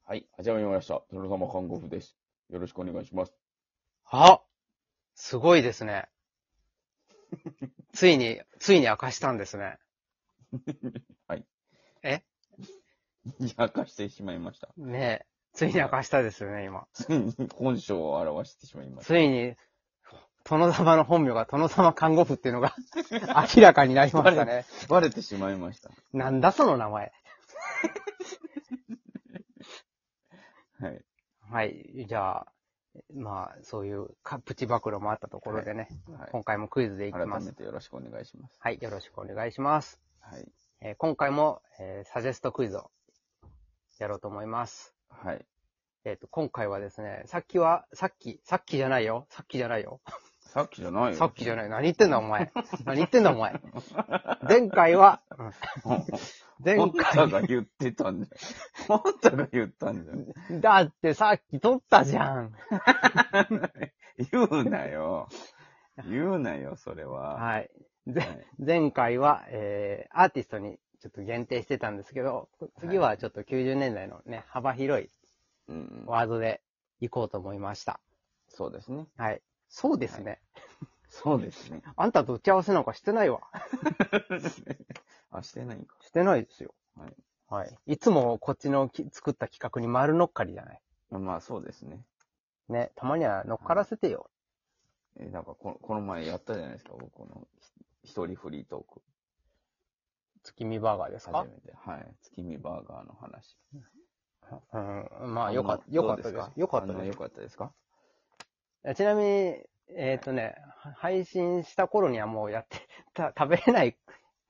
はい、始まりました。殿様看護婦です。よろしくお願いします。 あ、すごいですね。ついに明かしたんですね。 はい。 え明かしてしまいました。 ねえ。ついに明かしたですよね、今。 ついに本性を表してしまいました。 ついに、殿様の本名が殿様看護婦っていうのが明らかになりましたね。 バレてしまいました。 なんだその名前。 はい。 はい。じゃあ、まあ、そういうプチ暴露もあったところでね、 はい。 今回もクイズでいきます。 改めてよろしくお願いします。 はい。よろしくお願いします。 はい。 今回も、サジェストクイズをやろうと思います。 はい。 今回はですね、さっきじゃないよ。 さっきじゃないよ。 さっきじゃない。何言ってんだお前。何言ってんだお前。前回は、 あんたが言ってたんじゃん。あんたが言ったんじゃん。 だってさっき撮ったじゃん。 言うなよ。言うなよ、それは。 はい。前回は、アーティストにちょっと限定してたんですけど、次はちょっと90年代のね、幅広いワードでいこうと思いました。 そうですね。 はい。そうですね。 そうですね。 あんたと打ち合わせなんかしてないわ。 あ、してないんか。 してないですよ。 はい。 はい。いつもこっちの作った企画に丸乗っかりじゃない。 まあ、そうですね。 ね、たまには乗っからせてよ。 なんかこの前やったじゃないですか、僕の一人フリートーク。 月見バーガーですか？ 初めて。はい。月見バーガーの話。 まあ、よかったです。よかったです。 よかったですか？ ちなみに、配信した頃にはもう食べれない、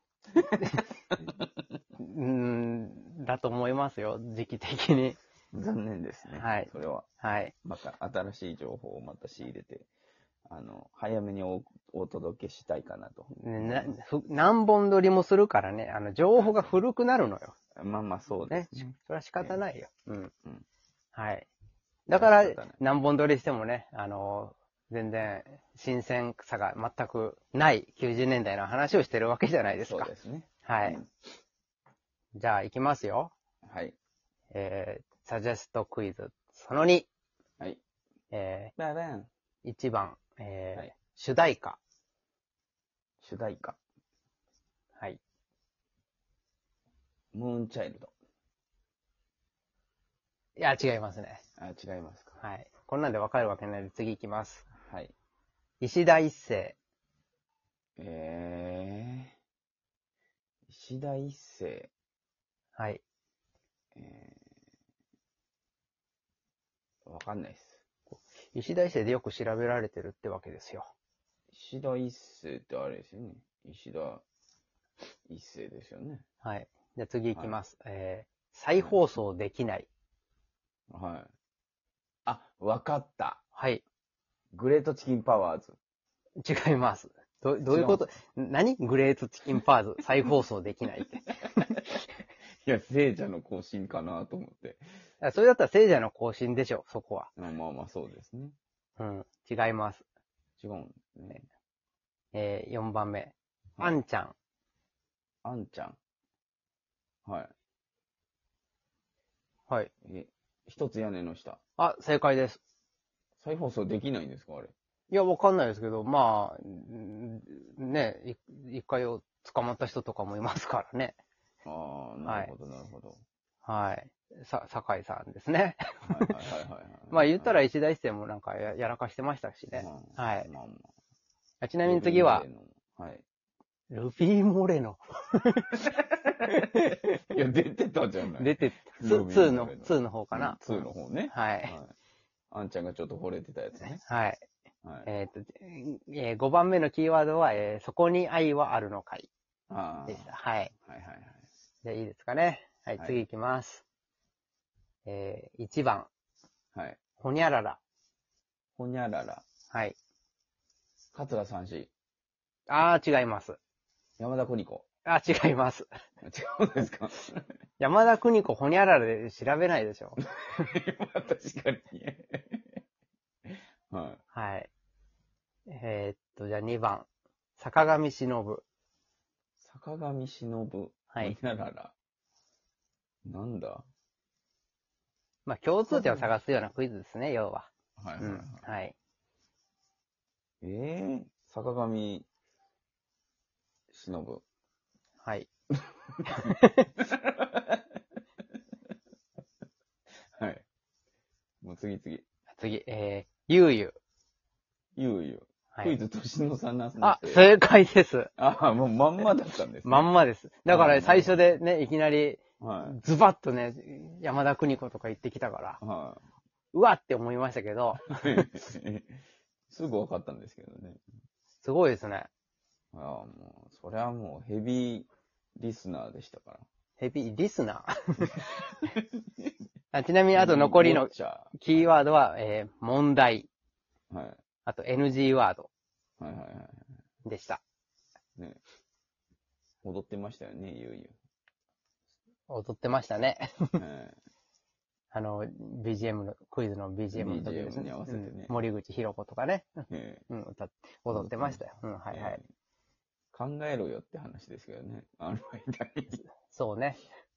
だと思いますよ、時期的に。 残念ですね。 はい。 それは。 はい。 また新しい情報をまた仕入れて、早めにお届けしたいかなと。 何本撮りもするからね、情報が古くなるのよ。 まあまあ、そうですね。 それは仕方ないよ。はい。だだから、何本撮りしてもね、全然、新鮮さが全くない90年代の話をしてるわけじゃないですか。 そうですね。 はい。じゃあ、行きますよ。 はい。 サジェストクイズ、その2。 はい。 1番、 はい、 主題歌。 主題歌。 はい。 ムーンチャイルド。 いや、違いますね。 違いますか。 はい。こんなんでわかるわけないので次行きます。 はい。 石田一世。 石田一世。 はい。 わかんないです。 石田一世でよく調べられてるってわけですよ。 石田一世ってあれですよね。石田一世ですよね。 はい。じゃあ次行きます。再放送できない。 はい。あ、わかった。 はい。 グレートチキンパワーズ。 違います。どういうこと？何？グレートチキンパワーズ再放送できないって。 いや、聖者の更新かなと思って。 それだったら聖者の更新でしょ、そこは。 まあまあそうですね。 違います。 違うんですね。 4番目。あんちゃん。 あんちゃん。はい。 はい。 一つ屋根の下。 あ、正解です。 再放送できないんですか、あれ。 いや、わかんないですけど、まあ、ね、一回捕まった人とかもいますからね。 ああ、なるほど、なるほど。 はい。酒井さんですね。 はいはいはいはい。 まあ言ったら石田一世もなんかやらかしてましたしね。はい。 まあまあ。 ちなみに次は、 はい。 ルフィ・モレノ。 いや、出てたじゃない。 出て、2の方かな。 2の方ね。 はい。 あんちゃんがちょっと惚れてたやつね。 はい。5番目のキーワードは、そこに愛はあるのかい。でした。はい。はいはいはい。じゃあいいですかね。はい、次行きます。1番。 はい。 ほにゃらら。 ほにゃらら。 はい。 桂三枝。 違います。 山田邦子。 違います。 違うんですか？ 山田邦子ほにゃららで調べないでしょ。 確かに。はい。 はい。じゃあ2番。坂上忍。 坂上忍。 はい。 ほにゃらら。なんだ？ まあ、共通点を探すようなクイズですね、要は。 はいはいはい。 うん。はい。 坂上忍。 はい。 はい。もう次。 次、ゆうゆう。 ゆうゆう。 はい。 クイズ年の差なすあ、正解です。 もうまんまだったんですね。 まんまです。だから最初でね、いきなり、 はズバッとね、山田邦子とか言ってきたから、 い。はうわって思いましたけど、 い。すぐ分かったんですけどね。 すごいですね。 もう、それはもうヘビーリスナーでしたから。 ヘビーリスナーちなみにあと残りのキーワードは、問題。 はい。 あと NG ワードはいはいはい。 でした。 ね。踊ってましたよね、ゆうゆ踊ってましたね。 う。はい。 BGM の、クイズの BGM の時 BGM に合わせてね。 森口博子とかね。踊ってましたよ。はいはい。 考えろよって話ですけどね。間に。 そうね。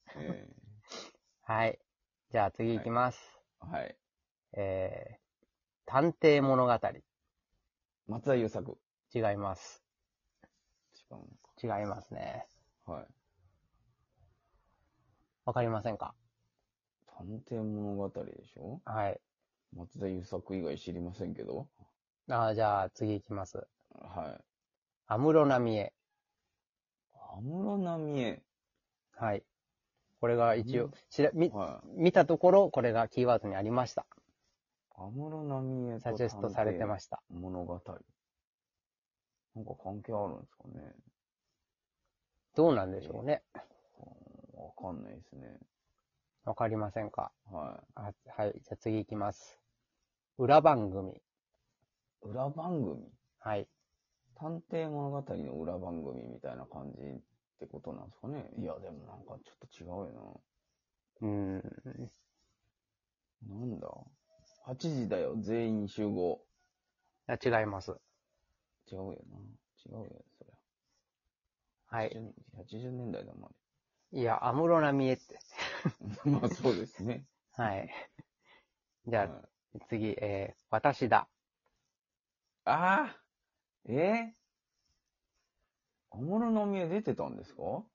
はい。じゃあ次行きます。 はい。 探偵物語。 松田優作。 違います。 違うのか。違いますね。 はい。 わかりませんか？ 探偵物語でしょ？ はい。 松田優作以外知りませんけど。 じゃあ次行きます。 はい。 安室奈美恵。 安室奈美恵。 はい。これが一応、 はい、 見たところ、これがキーワードにありました。 安室奈美恵とサジェストされてました。 物語。なんか関係あるんですかね。 どうなんでしょうね。 わかんないですね。 わかりませんか？ はい。 はい。じゃあ次行きます。裏番組。 裏番組？ はい。 探偵物語の裏番組みたいな感じってことなんですかね。いや、でもなんかちょっと違うよな。なんだ ?8 時だよ、全員集合。 違います。 違うよな。違うよ、そりゃ。 はい。 80年代だもん。 いや、安室奈美恵って。 まあそうですね。 はい。じゃあ、次、私だ。 ああ安室奈美恵出てたんですか？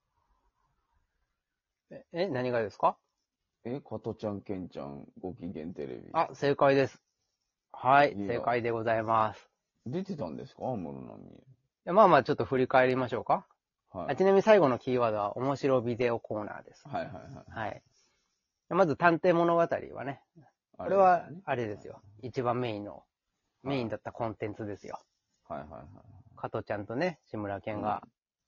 何がですか？ 加トちゃん、ケンちゃん、ご機嫌テレビ。 あ、正解です。はい、正解でございます。 出てたんですか？安室奈美恵。 まあまあ、ちょっと振り返りましょうか。 はい。 ちなみに最後のキーワードは、面白ビデオコーナーです。 はいはいはい。 はい。まず、探偵物語はね、これは、あれですよ。一番メインだったコンテンツですよ。 はいはいはい。 加トちゃんとね、志村けんが、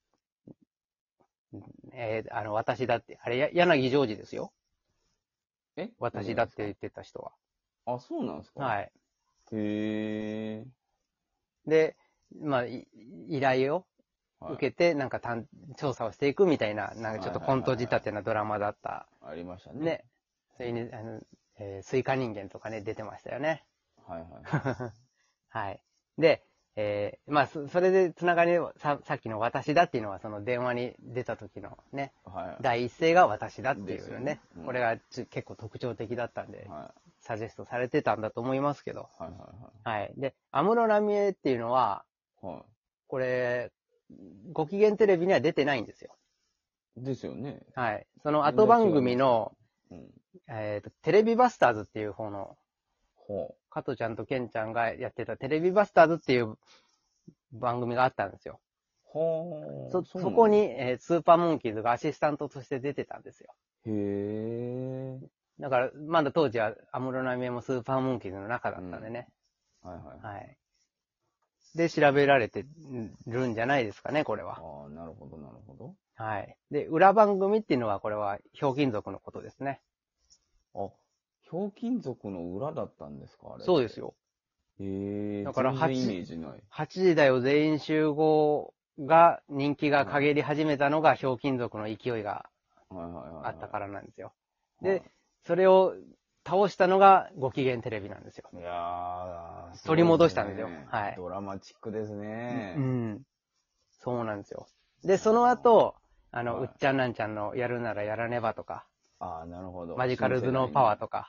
私だって、あれ、柳ジョージですよ。私だって言ってた人は。 あ、そうなんですか？ はい。 へー。で、まあ、依頼を受けて、なんか調査をしていくみたいな、なんかちょっとコント仕立てなドラマだった。 ありましたね。 ね。それに、スイカ人間とかね、出てましたよね。 はいはい。 はい。で、まあ、それでつながりさっきの私だっていうのは、その電話に出た時のね、第一声が私だっていうね、これが結構特徴的だったんで、サジェストされてたんだと思いますけど。はい。で、安室奈美恵っていうのは、これ、ご機嫌テレビには出てないんですよ。 ですよね。 はい。その後番組の、テレビバスターズっていう方の、加トちゃんとケンちゃんがやってたテレビバスターズっていう番組があったんですよ。そこに、スーパーモンキーズがアシスタントとして出てたんですよ。 へー。 だから、まだ当時は安室奈美恵もスーパーモンキーズの中だったんでね。 はい。 で、調べられてるんじゃないですかね、これは。 ああ、なるほど、なるほど。 はい。で、裏番組っていうのは、これは、ひょうきん族のことですね。 あ、ひょうきん族の裏だったんですか？あれ。 そうですよ。だから全然イメージない。 8時だよ全員集合が人気が陰り始めたのがひょうきん族の勢いがあったからなんですよ。で、それを倒したのがご機嫌テレビなんですよ。 いやー、 取り戻したんですよ。はい。 ドラマチックですね。 そうなんですよ。で、その後、うっちゃんなんちゃんのやるならやらねばとか、 ああ、なるほど。 マジカル頭脳パワーとか、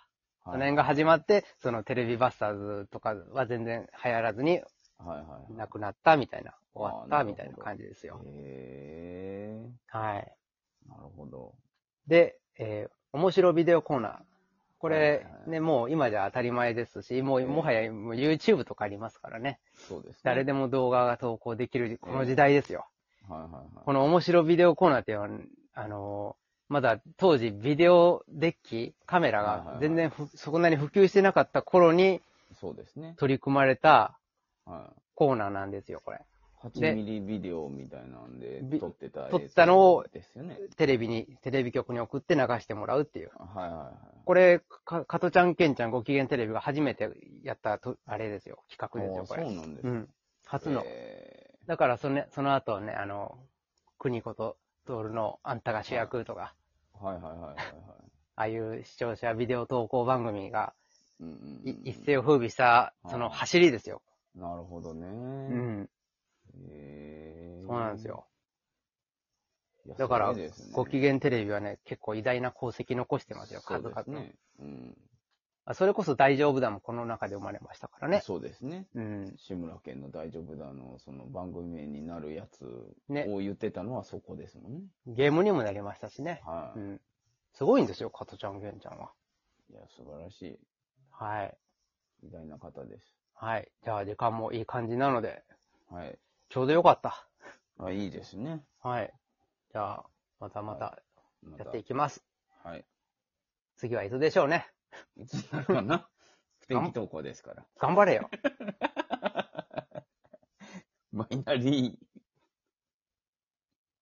その辺が始まって、そのテレビバスターズとかは全然流行らずに、なくなったみたいな、終わったみたいな感じですよ。はい。 なるほど。 で、面白ビデオコーナー。これ、ね、もう今じゃ当たり前ですし、もはやもう YouTube とかありますからね。 そうですね。 誰でも動画が投稿できる、この時代ですよ。 はいはいはい。 この面白ビデオコーナーっていうのは、まだ当時ビデオデッキ、カメラが全然そんなに普及してなかった頃に、 そうですね。 取り組まれたコーナーなんですよ、これ。 8ミリビデオみたいなんで撮ってた撮ったのをテレビ局に送って流してもらうっていう。 はいはいはい。 これ、加トちゃん、ケンちゃん、ご機嫌テレビが初めてやったあれですよ。企画ですよ、これ。 そうなんですか。 初の。だからその後ね、邦子と徹のあんたが主役とか。 はいはいはいはい。 ああいう視聴者ビデオ投稿番組が、一世を風靡した、その走りですよ。 なるほどね。 そうなんですよ。だから、ご機嫌テレビはね、結構偉大な功績残してますよ、数々。ね。それこそ大丈夫だもこの中で生まれましたからね。 そうですね。志村けんの大丈夫だの、その番組名になるやつを言ってたのはそこですもんね。 ゲームにもなりましたしね。すごいんですよ、加トちゃん、ケンちゃんは。 いや、素晴らしい。 はい。 偉大な方です。 はい。じゃあ、時間もいい感じなので。 はい。 ちょうどよかった。 いいですね。 はい。じゃあ、またやっていきます。 はい。 次はいつでしょうね。 いつになるかな。不定期投稿ですから。 頑張れよ。 マイナリー。